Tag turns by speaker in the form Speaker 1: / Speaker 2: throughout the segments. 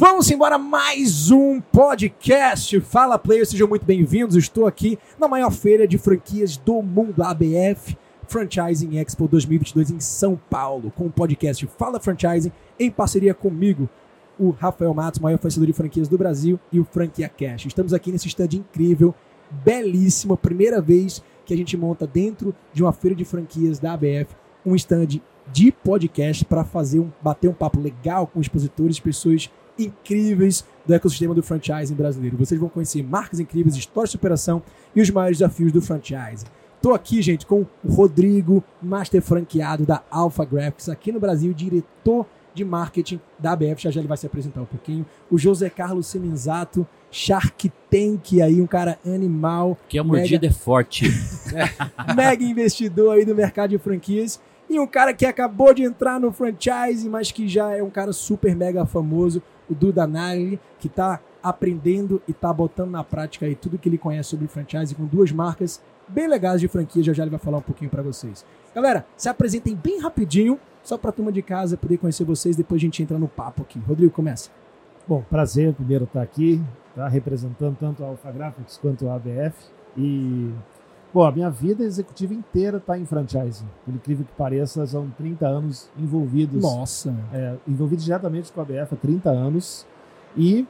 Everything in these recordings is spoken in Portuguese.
Speaker 1: Vamos embora, mais um podcast. Fala, players, sejam muito bem-vindos. Estou aqui na maior feira de franquias do mundo, a ABF Franchising Expo 2022 em São Paulo, com o podcast Fala Franchising, em parceria comigo, o Rafael Matos, maior fornecedor de franquias do Brasil, e o Franquia Cash. Estamos aqui nesse stand incrível, belíssimo, primeira vez que a gente monta dentro de uma feira de franquias da ABF um stand de podcast para bater um papo legal com expositores, pessoas incríveis do ecossistema do franchising brasileiro. Vocês vão conhecer marcas incríveis, histórias de superação e os maiores desafios do franchising. Estou aqui, gente, com o Rodrigo, master franqueado da Alpha Graphics aqui no Brasil, diretor de marketing da ABF, já ele vai se apresentar um pouquinho. O José Carlos Semenzato, Shark Tank aí, um cara animal.
Speaker 2: Que a mordida é forte.
Speaker 1: Mega investidor aí do mercado de franquias. E um cara que acabou de entrar no franchise, mas que já é um cara super mega famoso, o Duda Nagli, que está aprendendo e está botando na prática aí tudo que ele conhece sobre franchise, com duas marcas bem legais de franquia. Já ele vai falar um pouquinho para vocês. Galera, se apresentem bem rapidinho, só para a turma de casa poder conhecer vocês, depois a gente entra no papo aqui. Rodrigo, começa.
Speaker 3: Bom, prazer primeiro estar aqui, representando tanto a Alpha Graphics quanto a ABF. E, bom, a minha vida executiva inteira está em franchising. Por incrível que pareça, são 30 anos envolvidos.
Speaker 1: Nossa!
Speaker 3: Envolvidos diretamente com a ABF há 30 anos. E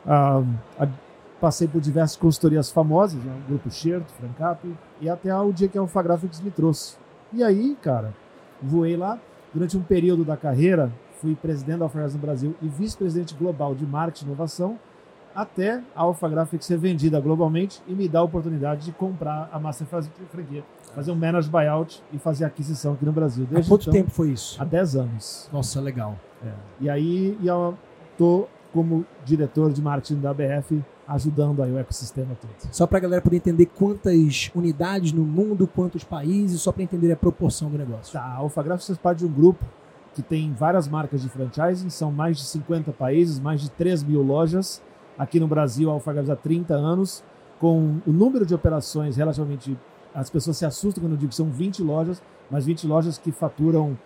Speaker 3: passei por diversas consultorias famosas, né? O Grupo Xerto, Francap, e até o dia que a Alpha Graphics me trouxe. E aí, cara, voei lá. Durante um período da carreira, fui presidente da Alpha Graphics no Brasil e vice-presidente global de marketing e inovação, até a Alpha Graphics ser vendida globalmente e me dar a oportunidade de comprar a Master Franquia, fazer um managed buyout e fazer aquisição aqui no Brasil.
Speaker 1: Há quanto tempo foi isso?
Speaker 3: Há 10 anos.
Speaker 1: Nossa, legal.
Speaker 3: E aí eu estou como diretor de marketing da ABF, ajudando aí o ecossistema todo.
Speaker 1: Só para a galera poder entender quantas unidades no mundo, quantos países, só para entender a proporção do negócio.
Speaker 3: Tá, a Alpha Graphics faz parte de um grupo que tem várias marcas de franchising, são mais de 50 países, mais de 3 mil lojas. Aqui no Brasil, a Alpha Graphics há 30 anos, com o número de operações relativamente... As pessoas se assustam quando eu digo que são 20 lojas, mas 20 lojas que faturam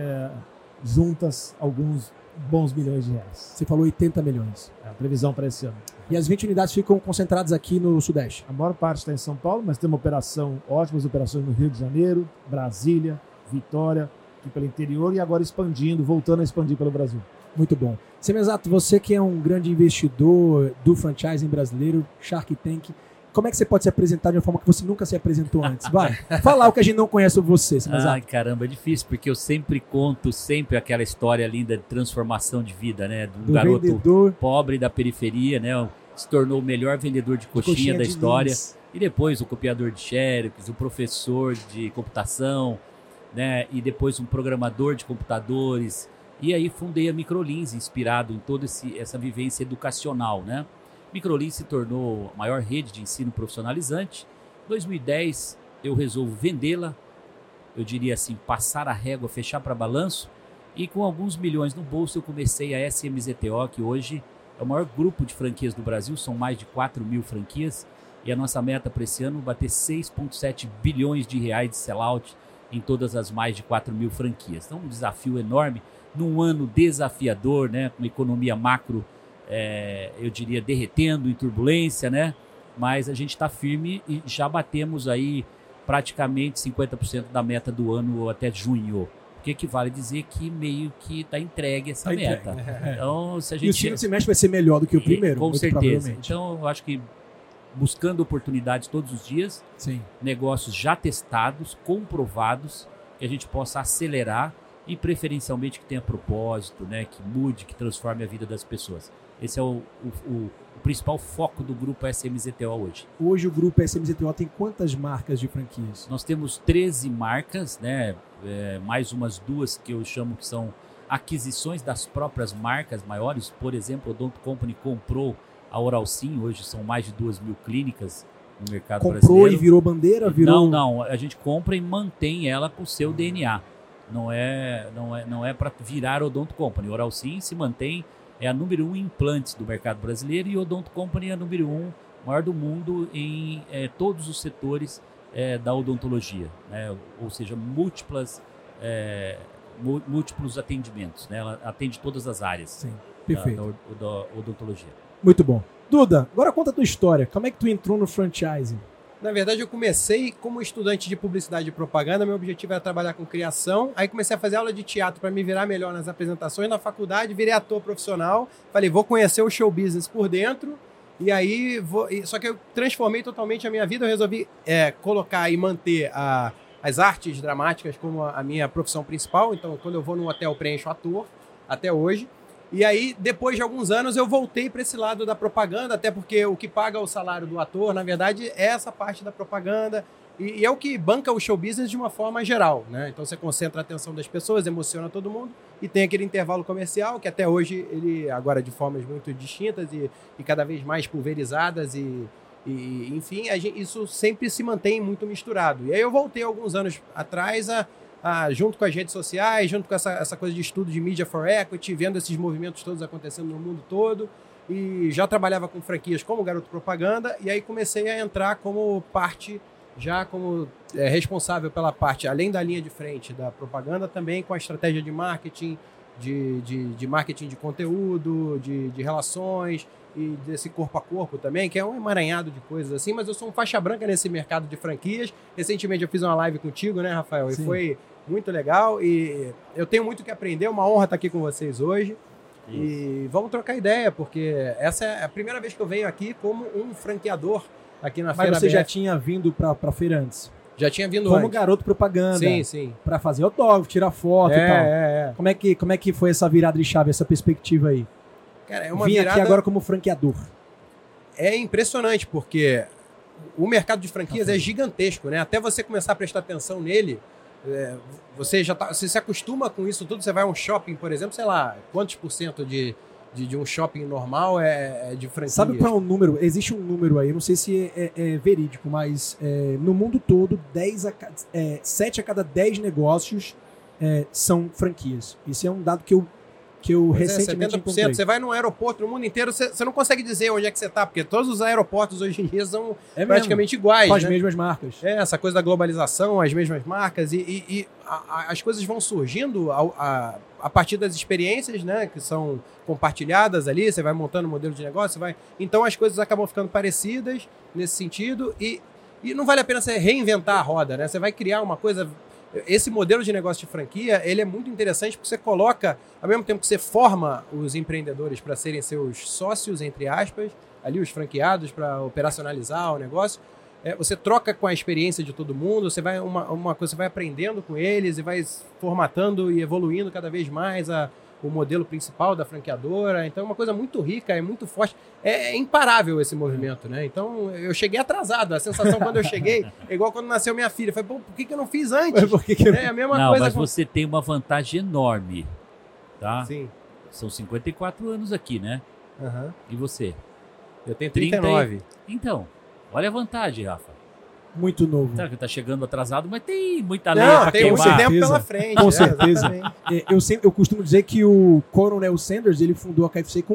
Speaker 3: juntas alguns bons milhões de reais.
Speaker 1: Você falou 80 milhões.
Speaker 3: É a previsão para esse ano.
Speaker 1: E as 20 unidades ficam concentradas aqui no Sudeste?
Speaker 3: A maior parte está em São Paulo, mas tem ótimas operações no Rio de Janeiro, Brasília, Vitória, aqui pelo interior, e agora expandindo, voltando a expandir pelo Brasil.
Speaker 1: Muito bom. Semenzato, você que é um grande investidor do franchising brasileiro, Shark Tank, como é que você pode se apresentar de uma forma que você nunca se apresentou antes? Vai, falar o que a gente não conhece sobre você, Semenzato.
Speaker 2: Ai, caramba, é difícil, porque eu sempre conto aquela história linda de transformação de vida, né? Do garoto vendedor pobre da periferia, né? Se tornou o melhor vendedor de coxinha da história. Lins. E depois o copiador de xerox, o professor de computação, né? E depois um programador de computadores. E aí fundei a Microlins, inspirado em toda essa vivência educacional, né? Microlins se tornou a maior rede de ensino profissionalizante. Em 2010, eu resolvo vendê-la, eu diria assim, passar a régua, fechar para balanço, e com alguns milhões no bolso eu comecei a SMZTO, que hoje é o maior grupo de franquias do Brasil, são mais de 4 mil franquias, e a nossa meta para esse ano é bater 6,7 bilhões de reais de sellout em todas as mais de 4 mil franquias. Então, um desafio enorme, num ano desafiador, né, com economia macro, eu diria, derretendo em turbulência, né? Mas a gente está firme e já batemos aí praticamente 50% da meta do ano até junho. O que equivale a dizer que meio que está entregue essa meta. Então, se a gente...
Speaker 1: E o segundo semestre vai ser melhor do que o primeiro,
Speaker 2: com certeza. Então, eu acho que buscando oportunidades todos os dias,
Speaker 1: sim,
Speaker 2: negócios já testados, comprovados, que a gente possa acelerar e preferencialmente que tenha propósito, né? Que mude, que transforme a vida das pessoas. Esse é o principal foco do grupo SMZTO hoje.
Speaker 1: Hoje o grupo SMZTO tem quantas marcas de franquias?
Speaker 2: Nós temos 13 marcas, né? Mais umas duas que eu chamo que são aquisições das próprias marcas maiores. Por exemplo, a Odonto Company comprou a Oralsim, hoje são mais de 2 mil clínicas no mercado brasileiro.
Speaker 1: Comprou e virou bandeira?
Speaker 2: Não, a gente compra e mantém ela com o seu DNA. Não é para virar Odonto Company. A Oralsim se mantém, é a número 1 em implantes do mercado brasileiro, e o Odonto Company é a número 1 maior do mundo em todos os setores da odontologia, né? Ou seja, múltiplos atendimentos, né? Ela atende todas as áreas.
Speaker 1: Sim. Perfeito.
Speaker 2: da odontologia.
Speaker 1: Muito bom. Duda, agora conta a tua história. Como é que tu entrou no franchising?
Speaker 4: Na verdade, eu comecei como estudante de publicidade e propaganda. Meu objetivo era trabalhar com criação. Aí comecei a fazer aula de teatro para me virar melhor nas apresentações. Na faculdade, virei ator profissional. Falei, vou conhecer o show business por dentro. E aí, só que eu transformei totalmente a minha vida. Eu resolvi colocar e manter as artes dramáticas como a minha profissão principal. Então, quando eu vou num hotel, preencho ator, até hoje. E aí, depois de alguns anos, eu voltei para esse lado da propaganda, até porque o que paga o salário do ator, na verdade, é essa parte da propaganda. E é o que banca o show business de uma forma geral, né? Então, você concentra a atenção das pessoas, emociona todo mundo. E tem aquele intervalo comercial, que até hoje, ele agora de formas muito distintas e cada vez mais pulverizadas enfim, isso sempre se mantém muito misturado. E aí eu voltei alguns anos atrás junto com as redes sociais, junto com essa coisa de estudo de Media for Equity, vendo esses movimentos todos acontecendo no mundo todo, e já trabalhava com franquias como garoto propaganda, e aí comecei a entrar como parte, já como responsável pela parte, além da linha de frente da propaganda, também com a estratégia de marketing, de marketing de conteúdo, de relações, e desse corpo a corpo também, que é um emaranhado de coisas assim, mas eu sou um faixa branca nesse mercado de franquias. Recentemente eu fiz uma live contigo, né, Rafael? Sim. E foi muito legal e eu tenho muito que aprender, uma honra estar aqui com vocês hoje. Isso. E vamos trocar ideia, porque essa é a primeira vez que eu venho aqui como um franqueador aqui na Feira
Speaker 1: Mas você
Speaker 4: BF.
Speaker 1: já tinha vindo para feira antes?
Speaker 4: Já tinha vindo
Speaker 1: como
Speaker 4: antes.
Speaker 1: Garoto propaganda.
Speaker 4: Sim.
Speaker 1: Para fazer autógrafo, tirar foto e tal. Como é que foi essa virada de chave, essa perspectiva aí?
Speaker 4: Cara, é uma
Speaker 1: Vim
Speaker 4: virada...
Speaker 1: aqui agora como franqueador.
Speaker 4: É impressionante, porque o mercado de franquias é gigantesco, né? Até você começar a prestar atenção nele, você se acostuma com isso tudo. Você vai a um shopping, por exemplo, sei lá, quantos % de um shopping normal é de franquias?
Speaker 1: Sabe qual é o número? Existe um número aí, não sei se é verídico, mas no mundo todo, 7 a cada 10 negócios são franquias. Isso é um dado que eu recentemente
Speaker 4: 70%.
Speaker 1: encontrei.
Speaker 4: Você vai num aeroporto no mundo inteiro, você não consegue dizer onde é que você está, porque todos os aeroportos hoje em dia são praticamente iguais.
Speaker 1: Com as
Speaker 4: né?
Speaker 1: mesmas marcas.
Speaker 4: Essa coisa da globalização, as mesmas marcas, e as coisas vão surgindo a partir das experiências, né, que são compartilhadas ali, você vai montando um modelo de negócio, então as coisas acabam ficando parecidas nesse sentido, e não vale a pena você reinventar a roda, né? Você vai criar uma coisa... Esse modelo de negócio de franquia, ele é muito interessante porque você coloca, ao mesmo tempo que você forma os empreendedores para serem seus sócios, entre aspas, ali os franqueados para operacionalizar o negócio, você troca com a experiência de todo mundo, você vai você vai aprendendo com eles e vai formatando e evoluindo cada vez mais o modelo principal da franqueadora. Então é uma coisa muito rica, é muito forte. É imparável esse movimento, né? Então eu cheguei atrasado. A sensação quando eu cheguei é igual quando nasceu minha filha. Eu falei, por que eu não fiz antes?
Speaker 2: É a mesma coisa. Mas você tem uma vantagem enorme, tá?
Speaker 4: Sim.
Speaker 2: São 54 anos aqui, né?
Speaker 4: Uhum.
Speaker 2: E você?
Speaker 4: Eu tenho 39.
Speaker 2: Então, olha a vantagem, Rafa.
Speaker 1: Muito novo.
Speaker 2: Tá chegando atrasado, mas tem muita lei pra
Speaker 4: tem
Speaker 2: queimar.
Speaker 4: muito tempo pela frente.
Speaker 1: Com certeza. Eu costumo dizer que o Coronel Sanders, ele fundou a KFC com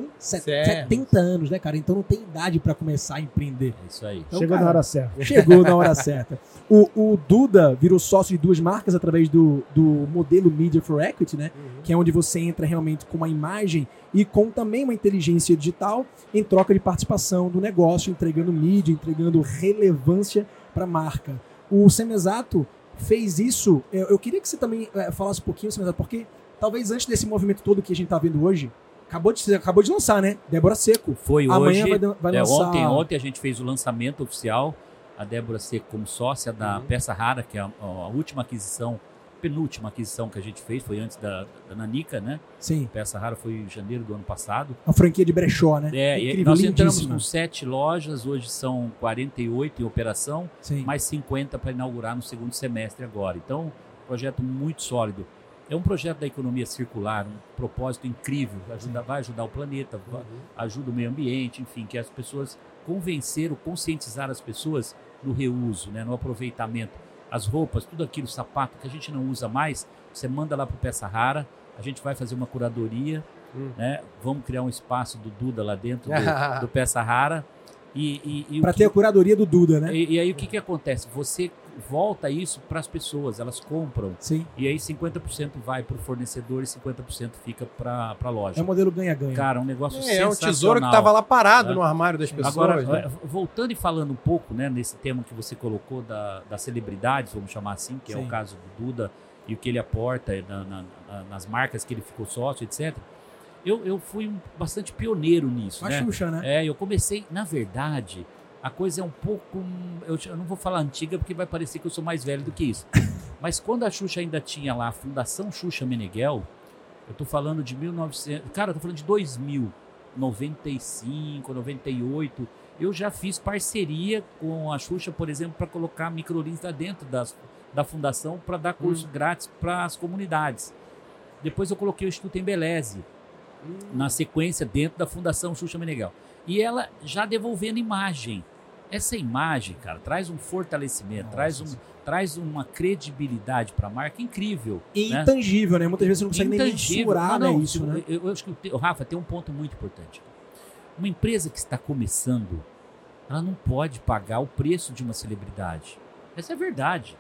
Speaker 1: 70 anos, né, cara? Então não tem idade para começar a empreender.
Speaker 2: É isso aí.
Speaker 1: Então,
Speaker 3: chegou na hora certa.
Speaker 1: Chegou na hora certa. O Duda virou sócio de 2 marcas através do modelo Media for Equity, né? Uhum. Que é onde você entra realmente com uma imagem e com também uma inteligência digital em troca de participação do negócio, entregando mídia, entregando relevância para a marca. O Semesato fez isso. Eu queria que você também falasse um pouquinho, Semesato, porque talvez antes desse movimento todo que a gente está vendo hoje, acabou de lançar, né? Débora Seco.
Speaker 2: Foi
Speaker 1: amanhã
Speaker 2: hoje.
Speaker 1: Vai lançar...
Speaker 2: Ontem a gente fez o lançamento oficial. A Débora Seco como sócia da Peça Rara, que é a última aquisição, penúltima aquisição que a gente fez, foi antes da Nanica, né?
Speaker 1: Sim.
Speaker 2: Peça Rara foi em janeiro do ano passado.
Speaker 1: A franquia de brechó, né?
Speaker 2: Incrível, nós entramos com 7 lojas, hoje são 48 em operação,
Speaker 1: Sim.
Speaker 2: mais 50 para inaugurar no segundo semestre agora. Então, projeto muito sólido. É um projeto da economia circular, um propósito incrível, vai ajudar o planeta, ajuda o meio ambiente, enfim, que as pessoas conscientizar as pessoas no reuso, né, no aproveitamento. As roupas, tudo aquilo, sapato que a gente não usa mais, você manda lá para o Peça Rara, a gente vai fazer uma curadoria, né? Vamos criar um espaço do Duda lá dentro do Peça Rara
Speaker 1: Para ter a curadoria do Duda, né?
Speaker 2: E aí o que acontece? Você volta isso para as pessoas, elas compram.
Speaker 1: Sim.
Speaker 2: E aí 50% vai para o fornecedor e 50% fica para a loja.
Speaker 1: É um modelo ganha-ganha.
Speaker 2: Cara, um negócio sensacional.
Speaker 4: É um tesouro que estava lá parado no armário das pessoas.
Speaker 2: Agora,
Speaker 4: né?
Speaker 2: voltando e falando um pouco, né, nesse tema que você colocou das celebridades, vamos chamar assim, que é o caso do Duda e o que ele aporta nas marcas que ele ficou sócio, etc. Eu fui bastante pioneiro nisso,
Speaker 1: a
Speaker 2: né?
Speaker 1: Xuxa, né?
Speaker 2: Eu comecei, na verdade, a coisa é um pouco... Eu não vou falar antiga porque vai parecer que eu sou mais velho do que isso. Mas quando a Xuxa ainda tinha lá a Fundação Xuxa Meneghel, eu tô falando de 1900... Cara, eu tô falando de 2000, 95, 98. Eu já fiz parceria com a Xuxa, por exemplo, para colocar microlins lá dentro da fundação para dar curso grátis para as comunidades. Depois eu coloquei o Instituto Embeleze na sequência dentro da Fundação Xuxa Meneghel. E ela já devolvendo imagem. Essa imagem, cara, traz um fortalecimento, traz uma credibilidade para a marca incrível.
Speaker 1: E
Speaker 2: né?
Speaker 1: Intangível, né? Muitas vezes você não consegue nem mensurar isso, né?
Speaker 2: Eu acho que, Rafa, tem um ponto muito importante. Uma empresa que está começando, ela não pode pagar o preço de uma celebridade. Essa é a verdade.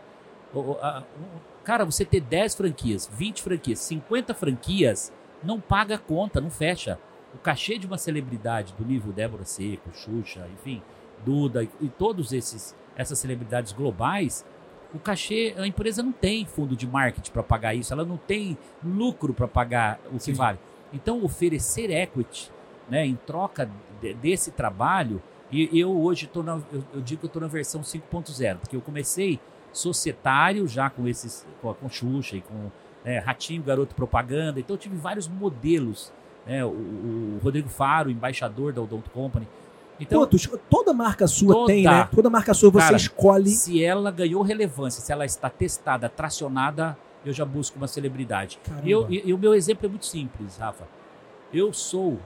Speaker 2: Cara, você ter 10 franquias, 20 franquias, 50 franquias, não paga a conta, não fecha. O cachê de uma celebridade do nível Débora Seco, Xuxa, enfim, Duda e todos essas celebridades globais, o cachê, a empresa não tem fundo de marketing para pagar isso, ela não tem lucro para pagar o que vale. Então, oferecer equity, né, em troca desse trabalho, e eu hoje eu digo que eu estou na versão 5.0, porque eu comecei societário já com Xuxa e com Ratinho, Garoto Propaganda, então eu tive vários modelos, né, o Rodrigo Faro, embaixador da Odonto Company. Então,
Speaker 1: toda marca sua tem, né? Toda marca sua você escolhe.
Speaker 2: Se ela ganhou relevância, se ela está testada, tracionada, eu já busco uma celebridade. E o meu exemplo é muito simples, Rafa. Eu sou,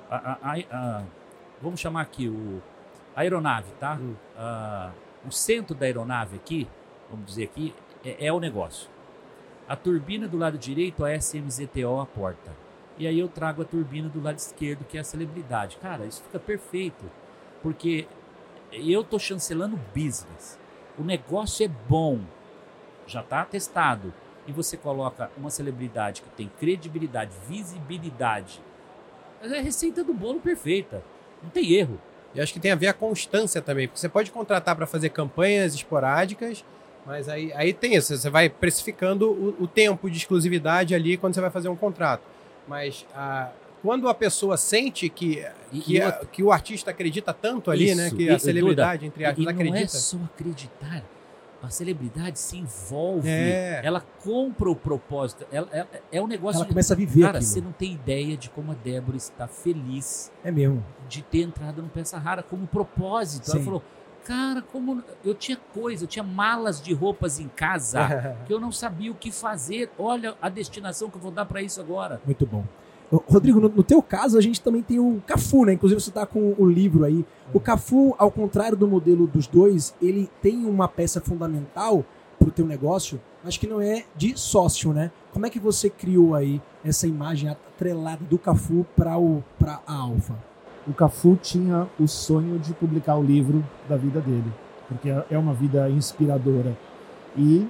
Speaker 2: vamos chamar aqui a aeronave, tá? O centro da aeronave aqui, vamos dizer aqui, é o negócio. A turbina do lado direito, a SMZTO, a porta. E aí eu trago a turbina do lado esquerdo, que é a celebridade. Cara, isso fica perfeito. Porque eu estou chancelando o business. O negócio é bom. Já está testado. E você coloca uma celebridade que tem credibilidade, visibilidade. É a receita do bolo perfeita. Não tem erro.
Speaker 4: E acho que tem a ver a constância também. Porque você pode contratar para fazer campanhas esporádicas, mas aí tem isso. Você vai precificando o tempo de exclusividade ali quando você vai fazer um contrato. Mas quando a pessoa sente que o artista acredita tanto ali, né? Que a celebridade, Duda, entre aspas, acredita.
Speaker 2: Não é só acreditar. A celebridade se envolve. Ela compra o propósito. É um negócio...
Speaker 1: Ela começa a viver
Speaker 2: Cara,
Speaker 1: aquilo.
Speaker 2: Você não tem ideia de como a Débora está feliz.
Speaker 1: É mesmo.
Speaker 2: De ter entrado no Peça Rara como propósito.
Speaker 1: Sim.
Speaker 2: Ela falou, cara, como eu tinha malas de roupas em casa que eu não sabia o que fazer. Olha a destinação que eu vou dar para isso agora.
Speaker 1: Muito bom. Rodrigo, no teu caso, a gente também tem o Cafu, né? Inclusive, você está com o livro aí. O Cafu, ao contrário do modelo dos dois, ele tem uma peça fundamental para o teu negócio, mas que não é de sócio, né? Como é que você criou aí essa imagem atrelada do Cafu para a Alfa?
Speaker 3: O Cafu tinha o sonho de publicar o livro da vida dele, porque é uma vida inspiradora. E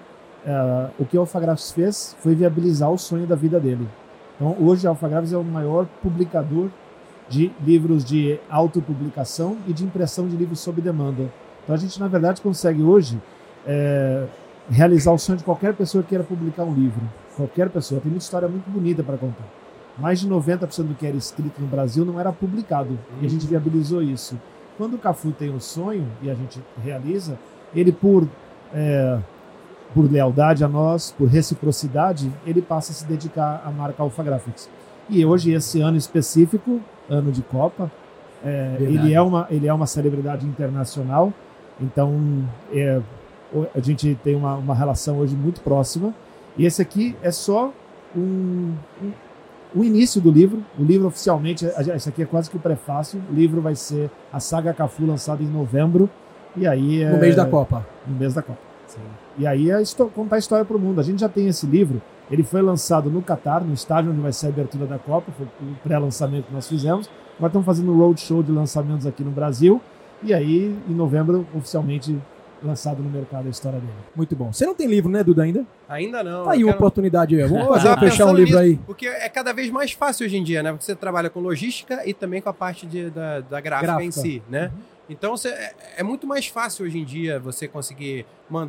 Speaker 3: o que a Alfagraphs fez foi viabilizar o sonho da vida dele. Então, hoje a Alfagraphs é o maior publicador de livros de autopublicação e de impressão de livros sob demanda. Então, a gente, na verdade, consegue hoje realizar o sonho de qualquer pessoa que queira publicar um livro. Qualquer pessoa. Tem muita história muito bonita para contar. Mais de 90% do que era escrito no Brasil não era publicado. E a gente viabilizou isso. Quando o Cafu tem um sonho, e a gente realiza, ele por lealdade a nós, por reciprocidade, ele passa a se dedicar à marca Alfagraphics. E hoje, esse ano específico, ano de Copa, ele é uma celebridade internacional, então a gente tem uma relação hoje muito próxima, e esse aqui é só o início do livro. O livro oficialmente, esse aqui é quase que o prefácio, o livro vai ser a Saga Cafu, lançado em novembro, e aí...
Speaker 1: No mês da Copa.
Speaker 3: No mês da Copa.
Speaker 1: Sim.
Speaker 3: E aí contar a história para o mundo. A gente já tem esse livro, ele foi lançado no Catar, no estádio onde vai ser a abertura da Copa, foi o pré-lançamento que nós fizemos. Agora estamos fazendo um roadshow de lançamentos aqui no Brasil, E aí, em novembro, oficialmente lançado no mercado a história dele.
Speaker 1: Muito bom. Você não tem livro, né, Duda, ainda?
Speaker 4: Ainda não.
Speaker 1: Tá aí uma oportunidade aí. Vamos fechar um livro
Speaker 4: nisso,
Speaker 1: aí.
Speaker 4: Porque é cada vez mais fácil hoje em dia, né? Porque você trabalha com logística e também com a parte da gráfica em si, né?
Speaker 1: Uhum.
Speaker 4: Então é muito mais fácil hoje em dia você conseguir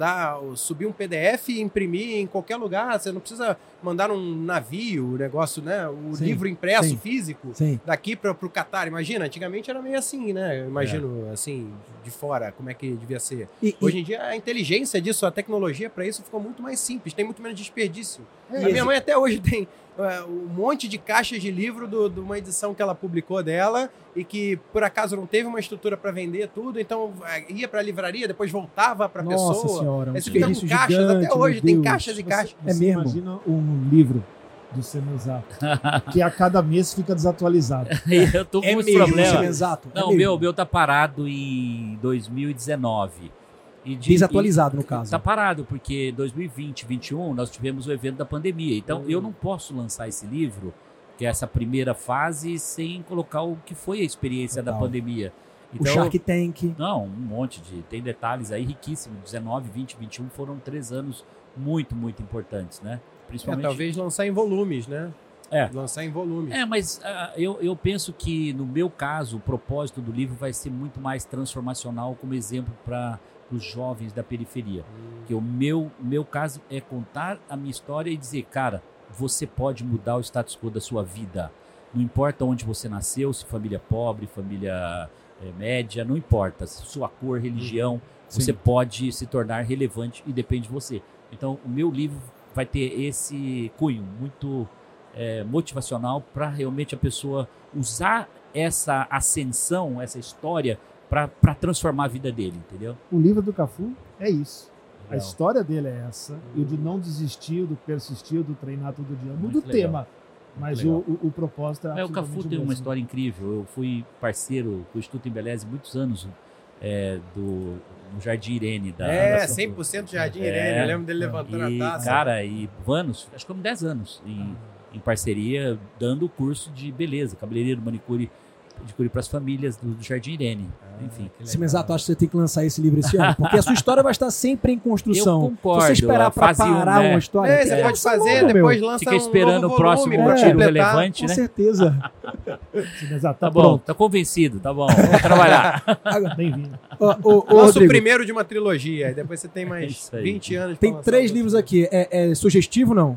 Speaker 4: subir um PDF e imprimir em qualquer lugar. Você não precisa mandar um navio, o negócio, né? O livro impresso físico daqui para o Catar. Imagina, antigamente era meio assim, né? Eu imagino assim, de fora, como é que devia ser. Hoje em dia a inteligência disso, a tecnologia para isso ficou muito mais simples, tem muito menos desperdício. A minha mãe até hoje tem um monte de caixas de livro de uma edição que ela publicou dela e que por acaso não teve uma estrutura para vender tudo, então ia para a livraria, depois voltava para a pessoa.
Speaker 1: Nossa senhora,
Speaker 4: Você fica com caixas, gigante, até hoje tem caixas e caixas.
Speaker 3: Você imagina um livro do Semenzato que a cada mês fica desatualizado.
Speaker 2: Eu tô com esse problema. Não, o meu tá parado em 2019.
Speaker 1: Desatualizado, no caso.
Speaker 2: Tá parado, porque 2020, 2021, nós tivemos o evento da pandemia. Então, eu não posso lançar esse livro, que é essa primeira fase, sem colocar o que foi a experiência da pandemia.
Speaker 1: Então, o Shark Tank.
Speaker 2: Não, um monte de... Tem detalhes aí riquíssimos. 19, 20, 21 foram 3 anos muito, muito importantes, né? Principalmente...
Speaker 4: talvez lançar em volumes, né? Lançar em volumes.
Speaker 2: Mas eu penso que, no meu caso, o propósito do livro vai ser muito mais transformacional, como exemplo para os jovens da periferia. Que o meu caso é contar a minha história e dizer, cara, você pode mudar o status quo da sua vida. Não importa onde você nasceu, se família pobre, família média, não importa. Sua cor, religião, você pode se tornar relevante e depende de você. Então, o meu livro vai ter esse cunho muito motivacional para realmente a pessoa usar essa ascensão, essa história, para transformar a vida dele, entendeu?
Speaker 3: O livro do Cafu é isso. A história dele é essa. E o de não desistir, do persistir, do treinar todo dia. Muda o tema. Mas o propósito é
Speaker 2: o Cafu tem uma história incrível. Eu fui parceiro do Instituto Embeleze muitos anos no Jardim Irene.
Speaker 4: 100% Jardim Irene. Eu lembro dele levantando a taça.
Speaker 2: Cara, e anos, acho que 10 anos em parceria, dando curso de beleza, cabeleireiro, manicure, de cura para as famílias do Jardim Irene. Enfim.
Speaker 1: Semenzato, acho que você tem que lançar esse livro esse ano, porque a sua história vai estar sempre em construção.
Speaker 2: Eu concordo.
Speaker 1: Se você esperar para parar uma história...
Speaker 4: Você pode fazer, depois lança
Speaker 2: Fica esperando
Speaker 4: o
Speaker 2: próximo tiro relevante,
Speaker 1: né? Com certeza.
Speaker 3: Semenzato,
Speaker 2: tá bom, tá convencido, tá bom. Vamos trabalhar.
Speaker 3: Bem-vindo.
Speaker 4: Lança o primeiro de uma trilogia, e depois você tem mais 20 anos.
Speaker 1: Tem 3 livros aqui. É sugestivo, não?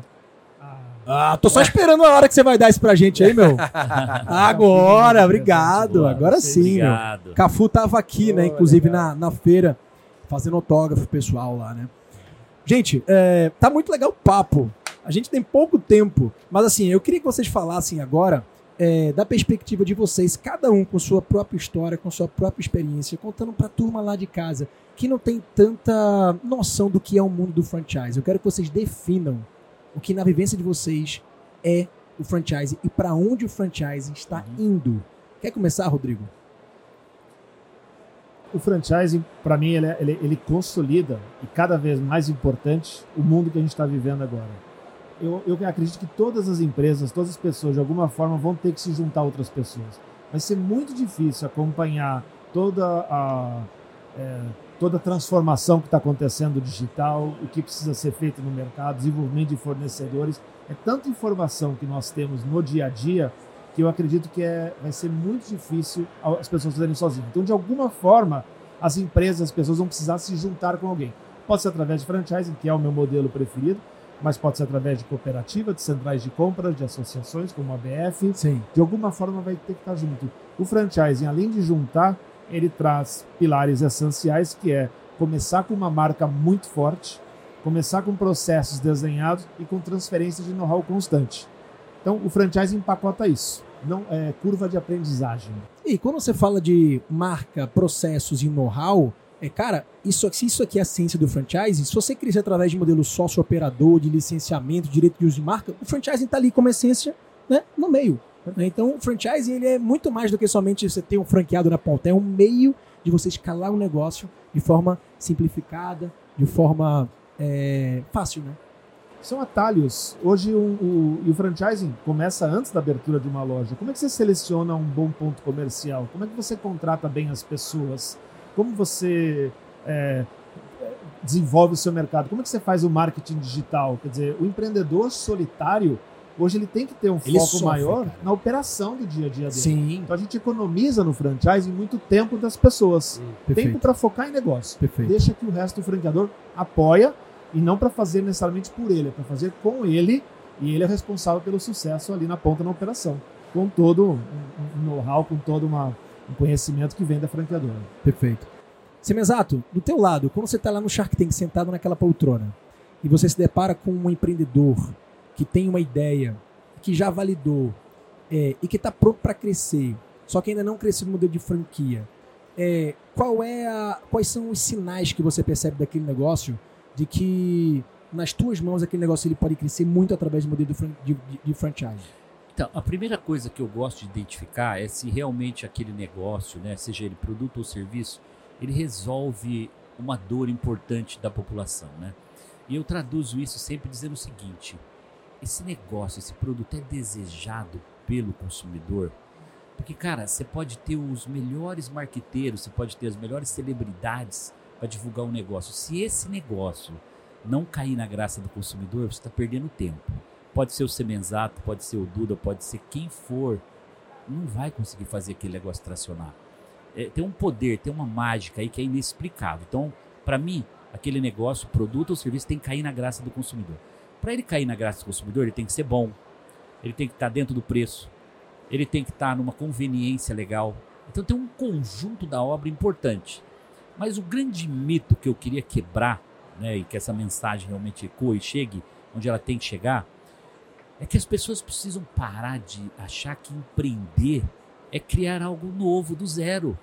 Speaker 1: Tô só esperando a hora que você vai dar isso pra gente aí, meu. Agora, obrigado. Agora sim, meu. Cafu tava aqui, né? Inclusive na feira, fazendo autógrafo pessoal lá, né? Gente, tá muito legal o papo. A gente tem pouco tempo, mas assim, eu queria que vocês falassem agora da perspectiva de vocês, cada um com sua própria história, com sua própria experiência, contando pra turma lá de casa, que não tem tanta noção do que é o mundo do franchise. Eu quero que vocês definam o que na vivência de vocês é o franchise e para onde o franchise está indo. Quer começar, Rodrigo?
Speaker 3: O franchising, para mim, ele consolida, e cada vez mais importante, o mundo que a gente está vivendo agora. Eu acredito que todas as empresas, todas as pessoas, de alguma forma, vão ter que se juntar a outras pessoas. Vai ser muito difícil acompanhar toda a transformação que está acontecendo digital, o que precisa ser feito no mercado, desenvolvimento de fornecedores. É tanta informação que nós temos no dia a dia que eu acredito que vai ser muito difícil as pessoas fazerem sozinhas. Então, de alguma forma, as empresas, as pessoas vão precisar se juntar com alguém. Pode ser através de franchising, que é o meu modelo preferido, mas pode ser através de cooperativa, de centrais de compras, de associações, como a ABF.
Speaker 1: Sim.
Speaker 3: De alguma forma vai ter que estar junto. O franchising, além de juntar, ele traz pilares essenciais, que é começar com uma marca muito forte, começar com processos desenhados e com transferência de know-how constante. Então, o franchising empacota isso. Não é curva de aprendizagem.
Speaker 1: E quando você fala de marca, processos e know-how, cara, se isso aqui é a ciência do franchising, se você crescer através de modelo sócio-operador, de licenciamento, direito de uso de marca, o franchising está ali como essência, né, no meio. Então, o franchising ele é muito mais do que somente você ter um franqueado na ponta. É um meio de você escalar um negócio de forma simplificada, de forma fácil, né?
Speaker 3: São atalhos. Hoje o franchising começa antes da abertura de uma loja. Como é que você seleciona um bom ponto comercial? Como é que você contrata bem as pessoas? Como você desenvolve o seu mercado? Como é que você faz o marketing digital? Quer dizer, o empreendedor solitário, hoje ele tem que ter um foco maior na operação do dia a dia dele.
Speaker 1: Sim.
Speaker 3: Então a gente economiza no franchising muito tempo das pessoas. Tempo para focar em negócio.
Speaker 1: Perfeito.
Speaker 3: Deixa que o resto do franqueador apoia, e não para fazer necessariamente por ele, é para fazer com ele, e ele é responsável pelo sucesso ali na ponta na operação, com todo um know-how, com todo um conhecimento que vem da franqueadora.
Speaker 1: Perfeito. Semenzato, do teu lado, quando você está lá no Shark Tank sentado naquela poltrona e você se depara com um empreendedor que tem uma ideia, que já validou e que está pronto para crescer, só que ainda não cresceu no modelo de franquia, quais são os sinais que você percebe daquele negócio de que nas tuas mãos aquele negócio ele pode crescer muito através do modelo de franchise?
Speaker 2: Então, a primeira coisa que eu gosto de identificar é se realmente aquele negócio, né, seja ele produto ou serviço, ele resolve uma dor importante da população, né? E eu traduzo isso sempre dizendo o seguinte: esse negócio, esse produto é desejado pelo consumidor? Porque, cara, você pode ter os melhores marqueteiros, você pode ter as melhores celebridades para divulgar um negócio. Se esse negócio não cair na graça do consumidor, você está perdendo tempo. Pode ser o Semenzato, pode ser o Duda, pode ser quem for, não vai conseguir fazer aquele negócio tracionar. Tem um poder, tem uma mágica aí que é inexplicável. Então, para mim, aquele negócio, produto ou serviço tem que cair na graça do consumidor. Para ele cair na graça do consumidor, ele tem que ser bom, ele tem que estar dentro do preço, ele tem que estar numa conveniência legal. Então tem um conjunto da obra importante. Mas o grande mito que eu queria quebrar, né, e que essa mensagem realmente ecoe e chegue onde ela tem que chegar, é que as pessoas precisam parar de achar que empreender é criar algo novo do zero.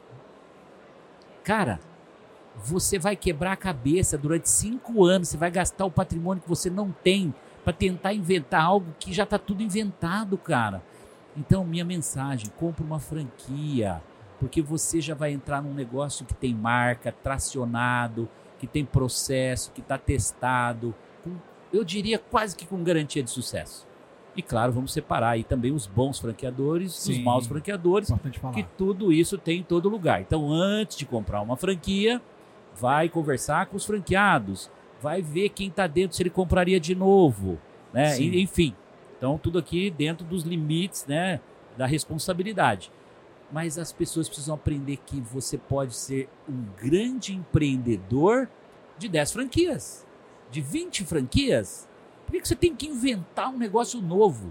Speaker 2: Cara, você vai quebrar a cabeça durante 5 anos, você vai gastar o patrimônio que você não tem para tentar inventar algo que já está tudo inventado, cara. Então, minha mensagem, compre uma franquia, porque você já vai entrar num negócio que tem marca, tracionado, que tem processo, que está testado, eu diria quase que com garantia de sucesso. E claro, vamos separar aí também os bons franqueadores dos maus franqueadores, que tudo isso tem em todo lugar. Então, antes de comprar uma franquia, vai conversar com os franqueados, vai ver quem está dentro, se ele compraria de novo, né? Enfim, então tudo aqui dentro dos limites, né, da responsabilidade. Mas as pessoas precisam aprender que você pode ser um grande empreendedor de 10 franquias, de 20 franquias. Por que você tem que inventar um negócio novo?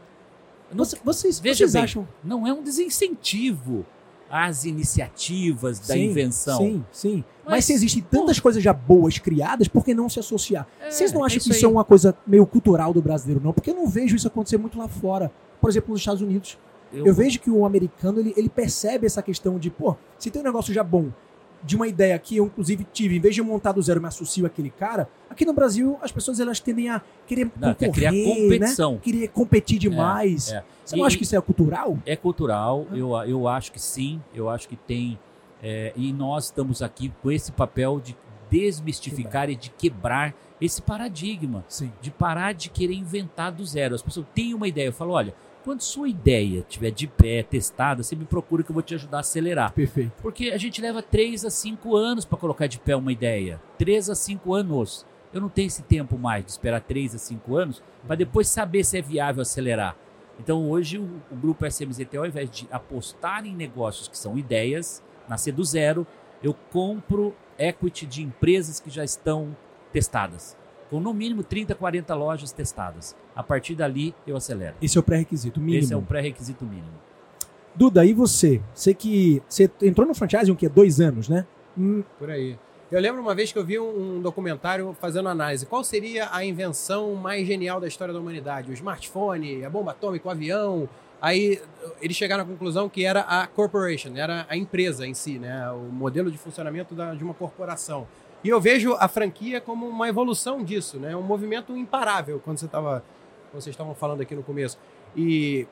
Speaker 2: Vocês acham? Não é um desincentivo às iniciativas da invenção.
Speaker 1: Sim. Mas se existem tantas coisas já boas criadas, por que não se associar? Vocês não acham que isso é uma coisa meio cultural do brasileiro, não? Porque eu não vejo isso acontecer muito lá fora. Por exemplo, nos Estados Unidos. Eu vejo que o americano, ele percebe essa questão de, se tem um negócio já bom, de uma ideia que eu, inclusive, tive, em vez de montar do zero, eu me associo àquele cara, aqui no Brasil, as pessoas elas tendem a querer concorrer,
Speaker 2: criar competição.
Speaker 1: Né? Querer competir demais. Você não acha que isso é cultural?
Speaker 2: É cultural, eu acho que sim, eu acho que tem, e nós estamos aqui com esse papel de desmistificar e de quebrar esse paradigma, de parar de querer inventar do zero. As pessoas têm uma ideia, eu falo, olha, quando sua ideia estiver de pé, testada, você me procura que eu vou te ajudar a acelerar.
Speaker 1: Perfeito.
Speaker 2: Porque a gente leva 3 a 5 anos para colocar de pé uma ideia. 3 a 5 anos. Eu não tenho esse tempo mais de esperar 3 a 5 anos para depois saber se é viável acelerar. Então hoje o grupo SMZT, ao invés de apostar em negócios que são ideias, nascer do zero, eu compro equity de empresas que já estão testadas. Com no mínimo 30, 40 lojas testadas. A partir dali, eu acelero.
Speaker 1: Esse é o pré-requisito mínimo.
Speaker 2: Esse é o pré-requisito mínimo.
Speaker 1: Duda, e você? Você entrou no franchising, 2 anos, né?
Speaker 4: Por aí. Eu lembro uma vez que eu vi um documentário fazendo análise. Qual seria a invenção mais genial da história da humanidade? O smartphone, a bomba atômica, o avião. Aí eles chegaram à conclusão que era a corporation, era a empresa em si, né? O modelo de funcionamento de uma corporação. E eu vejo a franquia como uma evolução disso, né? Um movimento imparável, quando vocês estavam falando aqui no começo. E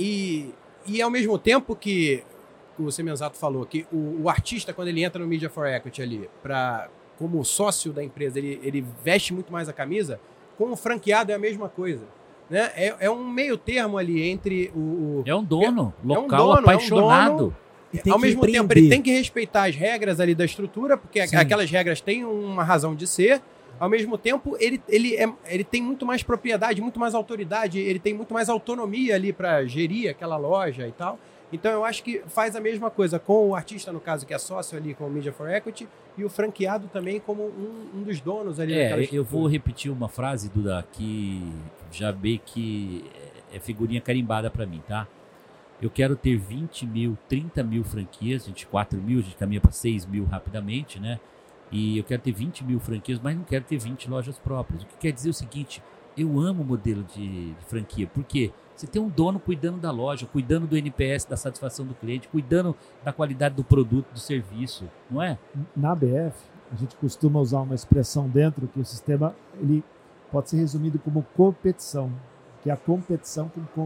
Speaker 4: ao mesmo tempo que o Semenzato falou, que o artista, quando ele entra no Media for Equity ali, como sócio da empresa, ele veste muito mais a camisa, com o franqueado é a mesma coisa. Né? É um meio termo ali entre o...
Speaker 2: É um dono local apaixonado.
Speaker 4: Ao mesmo tempo, ele tem que respeitar as regras ali da estrutura, porque aquelas regras têm uma razão de ser. Ao mesmo tempo, ele tem muito mais propriedade, muito mais autoridade, ele tem muito mais autonomia ali para gerir aquela loja e tal. Então, eu acho que faz a mesma coisa com o artista, no caso, que é sócio ali com o Media for Equity, e o franqueado também como um dos donos ali daquela estrutura. Eu
Speaker 2: vou repetir uma frase, Duda, que já bem que é figurinha carimbada para mim, tá? Eu quero ter 20 mil, 30 mil franquias, 24 mil, a gente caminha para 6 mil rapidamente, né? E eu quero ter 20 mil franquias, mas não quero ter 20 lojas próprias. O que quer dizer o seguinte, eu amo o modelo de franquia, porque você tem um dono cuidando da loja, cuidando do NPS, da satisfação do cliente, cuidando da qualidade do produto, do serviço, não é?
Speaker 3: Na ABF, a gente costuma usar uma expressão dentro que o sistema ele pode ser resumido como competição, que é a competição com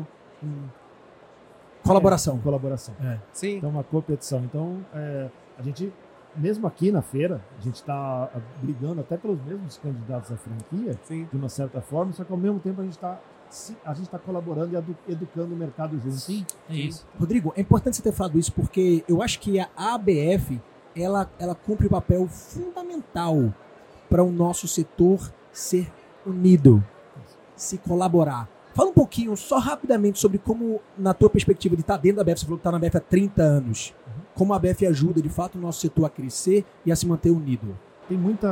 Speaker 1: colaboração.
Speaker 3: Colaboração.
Speaker 4: Sim.
Speaker 3: Então, uma competição. Então, a gente, mesmo aqui na feira, a gente está brigando até pelos mesmos candidatos à franquia,
Speaker 4: Sim.
Speaker 3: de uma certa forma, só que ao mesmo tempo a gente está colaborando e educando o mercado junto.
Speaker 2: Sim, é isso.
Speaker 1: Rodrigo, é importante você ter falado isso porque eu acho que a ABF ela cumpre um papel fundamental para o nosso setor ser unido, se colaborar. Fala um pouquinho, só rapidamente, sobre como, na tua perspectiva de estar dentro da ABF, você falou que está na ABF há 30 anos, como a ABF ajuda, de fato, o nosso setor a crescer e a se manter unido.
Speaker 3: Tem muita...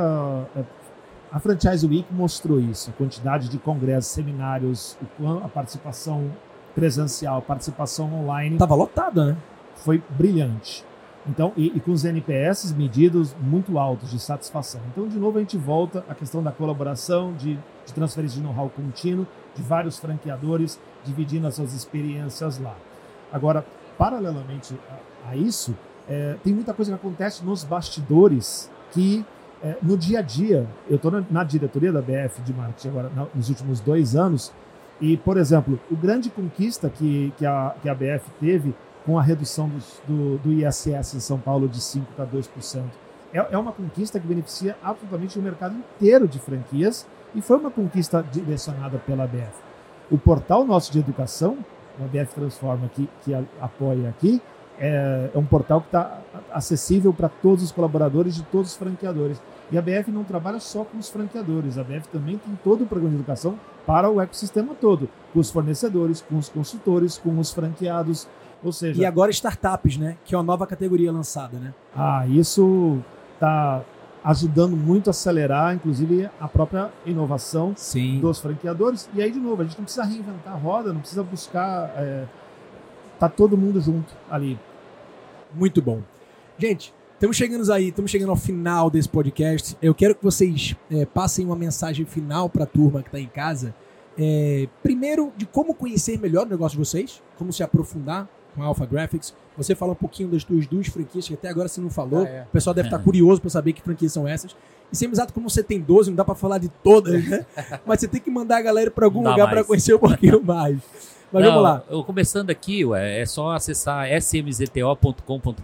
Speaker 3: A Franchise Week mostrou isso, a quantidade de congressos, seminários, a participação presencial, a participação online.
Speaker 1: Estava lotada, né?
Speaker 3: Foi brilhante. Então, e com os NPS medidos muito altos de satisfação. Então, de novo, a gente volta à questão da colaboração, de transferência de know-how contínuo, de vários franqueadores dividindo as suas experiências lá. Agora, paralelamente a isso, tem muita coisa que acontece nos bastidores que, no dia a dia, eu estou na diretoria da BF de marketing agora nos últimos 2 anos, e, por exemplo, o grande conquista que a BF teve com a redução do ISS em São Paulo de 5% para 2%, é uma conquista que beneficia absolutamente o mercado inteiro de franquias, e foi uma conquista direcionada pela ABF. O portal nosso de educação, o ABF Transforma, que apoia aqui, é um portal que está acessível para todos os colaboradores de todos os franqueadores. E a ABF não trabalha só com os franqueadores, a ABF também tem todo o programa de educação para o ecossistema todo, com os fornecedores, com os consultores, com os franqueados, ou seja...
Speaker 1: E agora startups, né? Que é uma nova categoria lançada, né?
Speaker 3: Isso está ajudando muito a acelerar, inclusive, a própria inovação dos franqueadores. E aí, de novo, a gente não precisa reinventar a roda, não precisa buscar... Tá todo mundo junto ali.
Speaker 1: Muito bom. Gente, estamos chegando ao final desse podcast. Eu quero que vocês passem uma mensagem final para a turma que está em casa. Primeiro, de como conhecer melhor o negócio de vocês, como se aprofundar com a Alpha Graphics. Você fala um pouquinho das tuas 2 franquias, que até agora você não falou. O pessoal deve estar curioso para saber que franquias são essas. E sem exato, como você tem 12, não dá para falar de todas, né? Mas você tem que mandar a galera para algum lugar para conhecer um pouquinho mais. Mas vamos lá.
Speaker 2: Começando aqui, é só acessar smzto.com.br,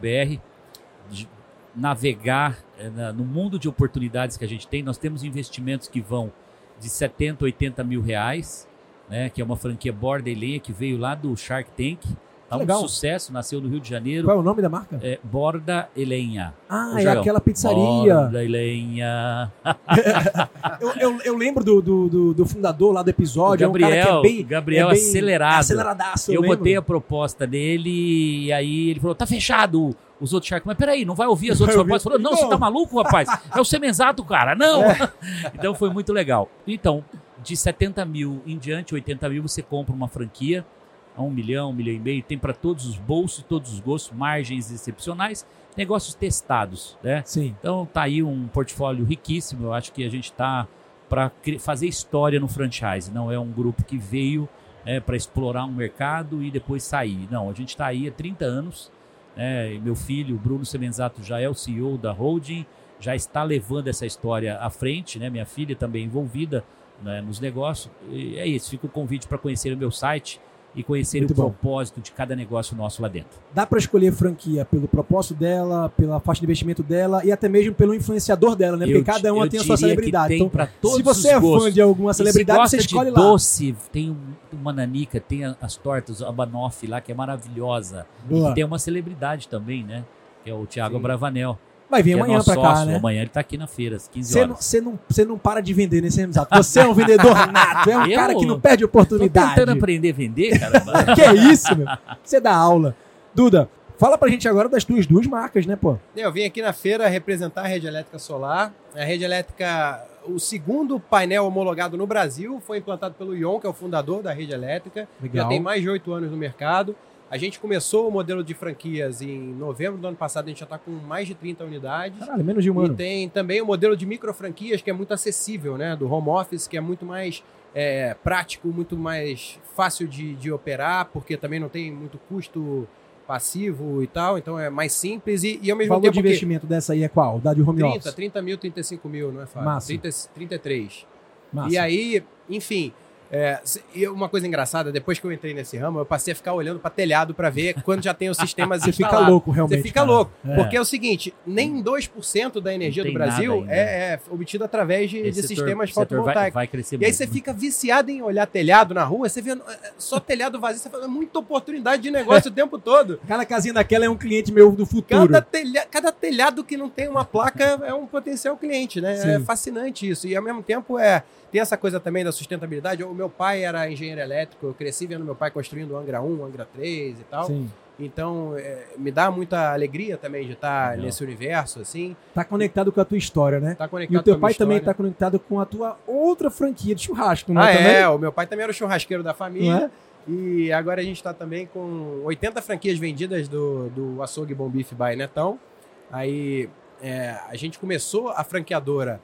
Speaker 2: navegar no mundo de oportunidades que a gente tem. Nós temos investimentos que vão de 70, 80 mil reais, né, que é uma franquia Borda e Lenha, que veio lá do Shark Tank. Tá um sucesso, nasceu no Rio de Janeiro.
Speaker 1: Qual é o nome da marca?
Speaker 2: Borda e Lenha.
Speaker 1: É aquela pizzaria.
Speaker 2: Borda e Lenha.
Speaker 1: eu lembro do fundador lá do episódio.
Speaker 2: Gabriel acelerado.
Speaker 1: Aceleradaço.
Speaker 2: Eu botei a proposta dele e aí ele falou, tá fechado os outros Shark. Mas peraí, não vai ouvir as outras propostas? Falou, não, você tá maluco, rapaz? É o Semenzato, cara. Não. Então foi muito legal. Então, de 70 mil em diante, 80 mil, você compra uma franquia. A 1 milhão, 1,5 milhão, tem para todos os bolsos, todos os gostos, margens excepcionais, negócios testados, né?
Speaker 1: Sim.
Speaker 2: Então tá aí um portfólio riquíssimo, eu acho que a gente está para fazer história no franchise, não é um grupo que veio para explorar um mercado e depois sair, não, a gente está aí há 30 anos, e meu filho, Bruno Semenzato, já é o CEO da holding, já está levando essa história à frente, né? Minha filha também envolvida, né, nos negócios, e é isso, fica o convite para conhecer o meu site, e conhecerem o propósito de cada negócio nosso lá dentro.
Speaker 1: Dá para escolher franquia pelo propósito dela, pela faixa de investimento dela e até mesmo pelo influenciador dela, né? Porque cada uma tem a sua celebridade.
Speaker 2: Então,
Speaker 1: se você é fã de alguma celebridade, você escolhe lá.
Speaker 2: Doce, tem uma nanica, tem as tortas, a Banoffee lá, que é maravilhosa. Boa. E que tem uma celebridade também, né? Que é o Thiago Bravanel.
Speaker 1: Vai vir amanhã pra cá, né?
Speaker 2: Amanhã ele tá aqui na feira, às 15 horas.
Speaker 1: Você não para de vender nesse exato. Você é um vendedor nato, é um cara que não perde oportunidade.
Speaker 2: Tô tentando aprender a vender, cara.
Speaker 1: Que é isso, meu? Você dá aula. Duda, fala pra gente agora das tuas duas marcas, né, pô?
Speaker 4: Eu vim aqui na feira representar a Rede Elétrica Solar. A Rede Elétrica, o segundo painel homologado no Brasil, foi implantado pelo Ion, que é o fundador da Rede Elétrica.
Speaker 1: Legal.
Speaker 4: Já tem mais de 8 anos no mercado. A gente começou o modelo de franquias em novembro do ano passado, a gente já está com mais de 30 unidades.
Speaker 1: Caralho, menos de um ano.
Speaker 4: E tem também o modelo de micro franquias, que é muito acessível, né? Do home office, que é muito mais prático, muito mais fácil de operar, porque também não tem muito custo passivo e tal, então é mais simples e ao mesmo
Speaker 1: tempo... O valor de investimento dessa aí é qual? Da de home office?
Speaker 4: 30 mil, 35 mil, não é fácil.
Speaker 1: Massa.
Speaker 4: 33.
Speaker 1: Massa.
Speaker 4: E aí, enfim... e uma coisa engraçada, depois que eu entrei nesse ramo, eu passei a ficar olhando para telhado para ver quando já tem os sistemas instalados.
Speaker 1: Você fica louco, realmente.
Speaker 4: Você fica louco. Porque é o seguinte, nem 2% da energia do Brasil é obtida através de sistemas fotovoltaicos.
Speaker 2: Vai crescer
Speaker 4: e aí você fica viciado em olhar telhado na rua, você vê só telhado vazio, você fala, muita oportunidade de negócio o tempo todo.
Speaker 1: Cada casinha daquela é um cliente meu do futuro.
Speaker 4: Cada telhado que não tem uma placa é um potencial cliente, né?
Speaker 1: Sim.
Speaker 4: É fascinante isso. E ao mesmo tempo tem essa coisa também da sustentabilidade. O meu pai era engenheiro elétrico, eu cresci vendo meu pai construindo o Angra 1, Angra 3 e tal.
Speaker 1: Sim.
Speaker 4: Então, me dá muita alegria também de estar nesse universo, assim.
Speaker 1: Tá conectado com a tua história, né?
Speaker 4: Tá conectado
Speaker 1: e o teu
Speaker 4: com a
Speaker 1: pai
Speaker 4: minha
Speaker 1: também
Speaker 4: história.
Speaker 1: tá conectado com a tua outra franquia de churrasco, né?
Speaker 4: O meu pai também era o churrasqueiro da família. E agora a gente está também com 80 franquias vendidas do Açougue Bom Bife by Netão. Aí a gente começou a franqueadora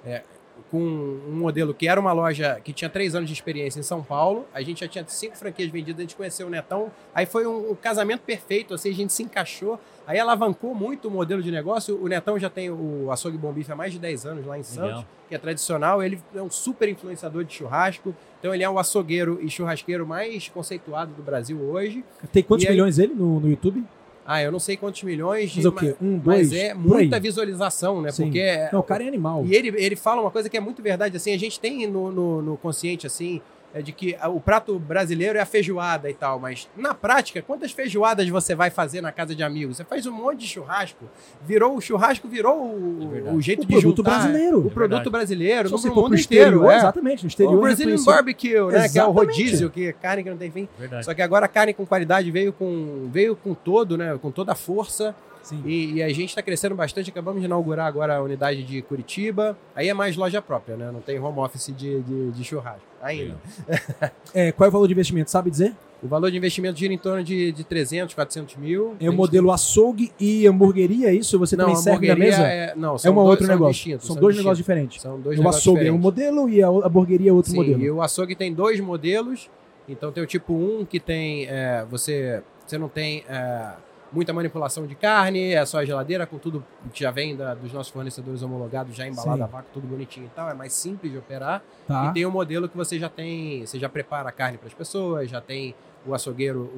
Speaker 4: com um modelo que era uma loja que tinha 3 anos de experiência em São Paulo. A gente já tinha 5 franquias vendidas, a gente conheceu o Netão. Aí foi um casamento perfeito, assim, a gente se encaixou. Aí alavancou muito o modelo de negócio. O Netão já tem o Açougue Bom Bife há mais de 10 anos lá em Santos, que é tradicional. Ele é um super influenciador de churrasco. Então ele é o açougueiro e churrasqueiro mais conceituado do Brasil hoje.
Speaker 1: Tem quantos milhões ele no YouTube?
Speaker 4: Eu não sei quantos milhões.
Speaker 1: Mas o quê? 1, 2?
Speaker 4: Mas é muita visualização, né?
Speaker 1: Sim.
Speaker 4: Porque
Speaker 1: não, o cara é animal.
Speaker 4: E ele fala uma coisa que é muito verdade, assim, a gente tem no consciente, assim, de que o prato brasileiro é a feijoada e tal, mas na prática, quantas feijoadas você vai fazer na casa de amigos? Você faz um monte de churrasco, o churrasco virou o jeito de juntar.
Speaker 1: Brasileiro.
Speaker 4: O produto brasileiro,
Speaker 1: no
Speaker 4: mundo inteiro.
Speaker 1: Exatamente, no exterior.
Speaker 4: O Brazilian Barbecue, né? Que é o rodízio, que é carne que não tem fim.
Speaker 2: Verdade.
Speaker 4: Só que agora a carne com qualidade veio com todo, né? Com toda a força.
Speaker 1: Sim.
Speaker 4: E a gente está crescendo bastante. Acabamos de inaugurar agora a unidade de Curitiba. Aí é mais loja própria, né? Não tem home office de churrasco ainda.
Speaker 1: Qual é o valor de investimento? Sabe dizer?
Speaker 4: O valor de investimento gira em torno de 300, 400 mil.
Speaker 1: É o modelo açougue e hamburgueria, isso? Você também serve na mesa?
Speaker 4: São
Speaker 1: um outro negócio.
Speaker 4: Distintos,
Speaker 1: são dois negócios diferentes.
Speaker 4: São dois
Speaker 1: o
Speaker 4: negócios
Speaker 1: açougue
Speaker 4: diferentes.
Speaker 1: é um modelo e a hamburgueria é outro modelo.
Speaker 4: E o açougue tem 2 modelos. Então tem o tipo 1 que tem... Você não tem... muita manipulação de carne, é só a geladeira com tudo que já vem dos nossos fornecedores homologados, já embalado a vácuo, tudo bonitinho e tal, é mais simples de operar.
Speaker 1: Tá.
Speaker 4: E tem um modelo que você já prepara a carne para as pessoas, já tem o açougueiro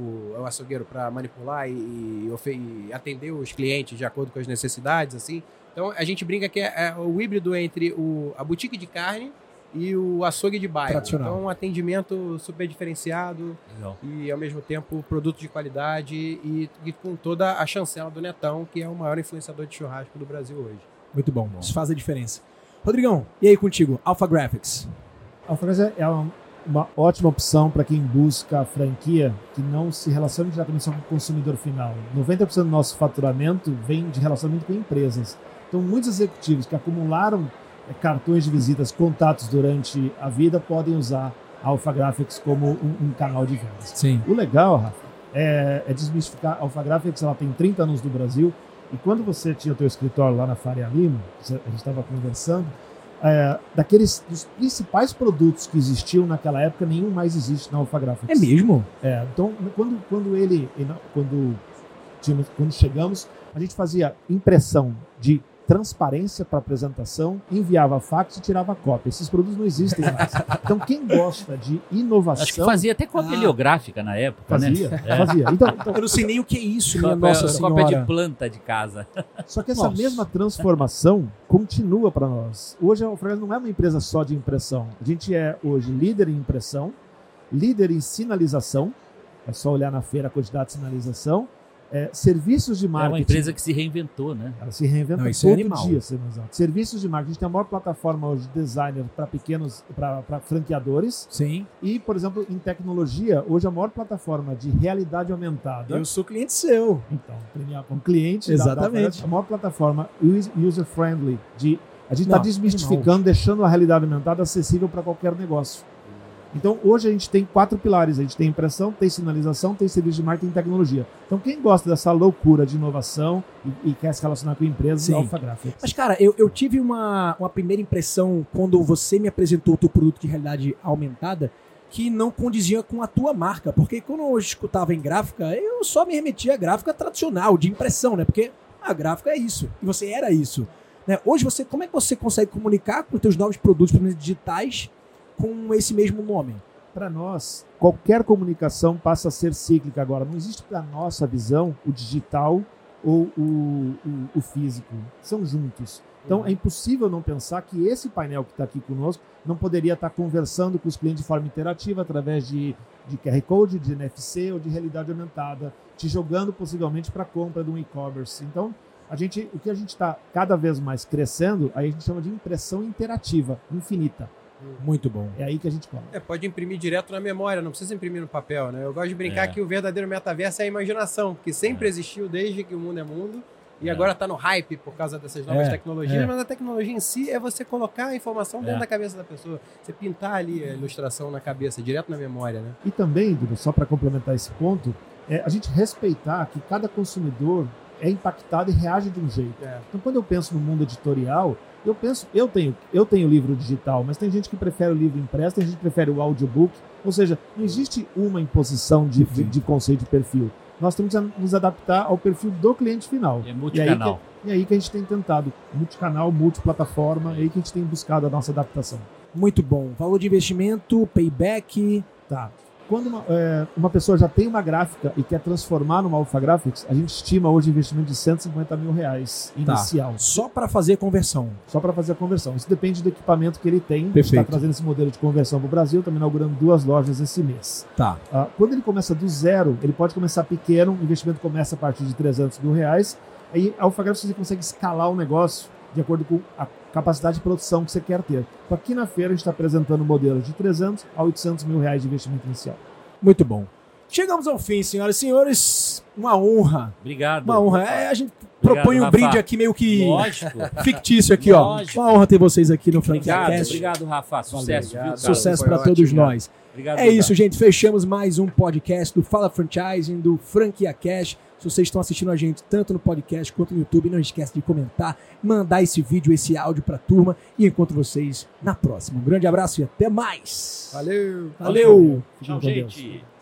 Speaker 4: para manipular e atender os clientes de acordo com as necessidades, assim. Então a gente brinca que é o híbrido entre a boutique de carne e o açougue de bairro. Então, um atendimento super diferenciado.
Speaker 2: Legal.
Speaker 4: E, ao mesmo tempo, produto de qualidade e com toda a chancela do Netão, que é o maior influenciador de churrasco do Brasil hoje.
Speaker 1: Muito bom. Isso faz a diferença. Rodrigão, e aí contigo? Alpha Graphics.
Speaker 3: Alpha Graphics é uma ótima opção para quem busca a franquia que não se relaciona diretamente só com o consumidor final. 90% do nosso faturamento vem de relacionamento com empresas. Então, muitos executivos que acumularam cartões de visitas, contatos durante a vida, podem usar a Alpha Graphics como um canal de vendas.
Speaker 1: Sim.
Speaker 3: O legal, Rafa, é desmistificar. A Alpha Graphics ela tem 30 anos no Brasil, e quando você tinha o teu escritório lá na Faria Lima, a gente estava conversando, dos principais produtos que existiam naquela época, nenhum mais existe na Alpha Graphics.
Speaker 1: É mesmo?
Speaker 3: Então, quando chegamos, a gente fazia impressão de transparência para apresentação, enviava fax e tirava cópia. Esses produtos não existem mais. Então, quem gosta de inovação...
Speaker 2: Acho que fazia até cópia heliográfica na época,
Speaker 3: fazia,
Speaker 2: né?
Speaker 3: Fazia. Então,
Speaker 1: eu não sei nem o que é isso, minha
Speaker 2: Cópia,
Speaker 1: Nossa Senhora.
Speaker 2: Cópia de planta de casa.
Speaker 3: Só que essa mesma transformação continua para nós. Hoje a Alfragás não é uma empresa só de impressão. A gente é hoje líder em impressão, líder em sinalização, é só olhar na feira a quantidade de sinalização, serviços de marketing.
Speaker 2: É uma empresa que se reinventou, né?
Speaker 3: Ela se reinventa todo dia. Serviços de marketing. A gente tem a maior plataforma hoje de designer para pequenos, para franqueadores.
Speaker 1: Sim. E,
Speaker 3: por exemplo, em tecnologia, hoje a maior plataforma de realidade aumentada.
Speaker 1: Eu sou cliente seu.
Speaker 3: Então, premiar como cliente.
Speaker 1: Exatamente.
Speaker 3: A maior plataforma user-friendly. A gente está desmistificando, deixando a realidade aumentada acessível para qualquer negócio. Então, hoje a gente tem 4 pilares. A gente tem impressão, tem sinalização, tem serviço de marketing e tecnologia. Então, quem gosta dessa loucura de inovação e quer se relacionar com empresas, é Alphagraphics.
Speaker 1: Mas, cara, eu tive uma primeira impressão quando você me apresentou o teu produto de realidade aumentada que não condizia com a tua marca. Porque quando eu escutava em gráfica, eu só me remetia à gráfica tradicional, de impressão, né? Porque a gráfica é isso. E você era isso. Né? Hoje, como é que você consegue comunicar com os teus novos produtos, pelo menos digitais, com esse mesmo nome?
Speaker 3: Para nós, qualquer comunicação passa a ser cíclica agora. Não existe para nossa visão o digital ou o físico. São juntos. Então é impossível não pensar que esse painel que está aqui conosco não poderia estar conversando com os clientes de forma interativa através de QR Code, de NFC ou de realidade aumentada, te jogando possivelmente para a compra de um e-commerce. Então, o que a gente está cada vez mais crescendo, aí a gente chama de impressão interativa, infinita.
Speaker 1: Muito bom.
Speaker 3: É aí que a gente come.
Speaker 4: Pode imprimir direto na memória, não precisa imprimir no papel, né? Eu gosto de brincar que o verdadeiro metaverso é a imaginação, que sempre existiu desde que o mundo é mundo e agora está no hype por causa dessas novas tecnologias, mas a tecnologia em si é você colocar a informação dentro da cabeça da pessoa, você pintar ali a ilustração na cabeça, direto na memória, né?
Speaker 3: E também, Dudu, só para complementar esse ponto, a gente respeitar que cada consumidor é impactado e reage de um jeito. Então, quando eu penso no mundo editorial, eu tenho livro digital, mas tem gente que prefere o livro impresso, tem gente que prefere o audiobook, ou seja, não existe uma imposição de conceito de perfil. Nós temos que nos adaptar ao perfil do cliente final.
Speaker 2: É multicanal.
Speaker 3: E aí que a gente tem tentado multicanal, multiplataforma, é aí que a gente tem buscado a nossa adaptação.
Speaker 1: Muito bom. Valor de investimento, payback.
Speaker 3: Tá. Quando uma pessoa já tem uma gráfica e quer transformar numa Alphagraphics, a gente estima hoje investimento de R$150 mil inicial.
Speaker 1: Só para fazer a conversão.
Speaker 3: Só para fazer a conversão. Isso depende do equipamento que ele tem.
Speaker 1: Perfeito. A gente
Speaker 3: está trazendo esse modelo de conversão para o Brasil, estamos inaugurando 2 lojas esse mês.
Speaker 1: Tá.
Speaker 3: Quando ele começa do zero, ele pode começar pequeno, o investimento começa a partir de R$300 mil. Aí a Alphagraphics você consegue escalar o negócio de acordo com a capacidade de produção que você quer ter. Então, aqui na feira a gente está apresentando modelos de R$300 a R$800 mil de investimento inicial.
Speaker 1: Muito bom. Chegamos ao fim, senhoras e senhores. Uma honra.
Speaker 2: Obrigado.
Speaker 1: Uma honra. A gente propõe um brinde aqui meio que fictício aqui,
Speaker 2: Lógico.
Speaker 1: ó. Uma honra ter vocês aqui no FranquiaCast.
Speaker 2: Obrigado, Rafa. Sucesso.
Speaker 1: Sucesso para todos nós.
Speaker 2: Obrigado,
Speaker 1: isso, gente. Fechamos mais um podcast do Fala Franchising, do FranquiaCast. Se vocês estão assistindo a gente tanto no podcast quanto no YouTube, não esquece de comentar, mandar esse vídeo, esse áudio para a turma e encontro vocês na próxima. Um grande abraço e até mais.
Speaker 4: Valeu.
Speaker 1: Valeu.
Speaker 2: Tchau, gente.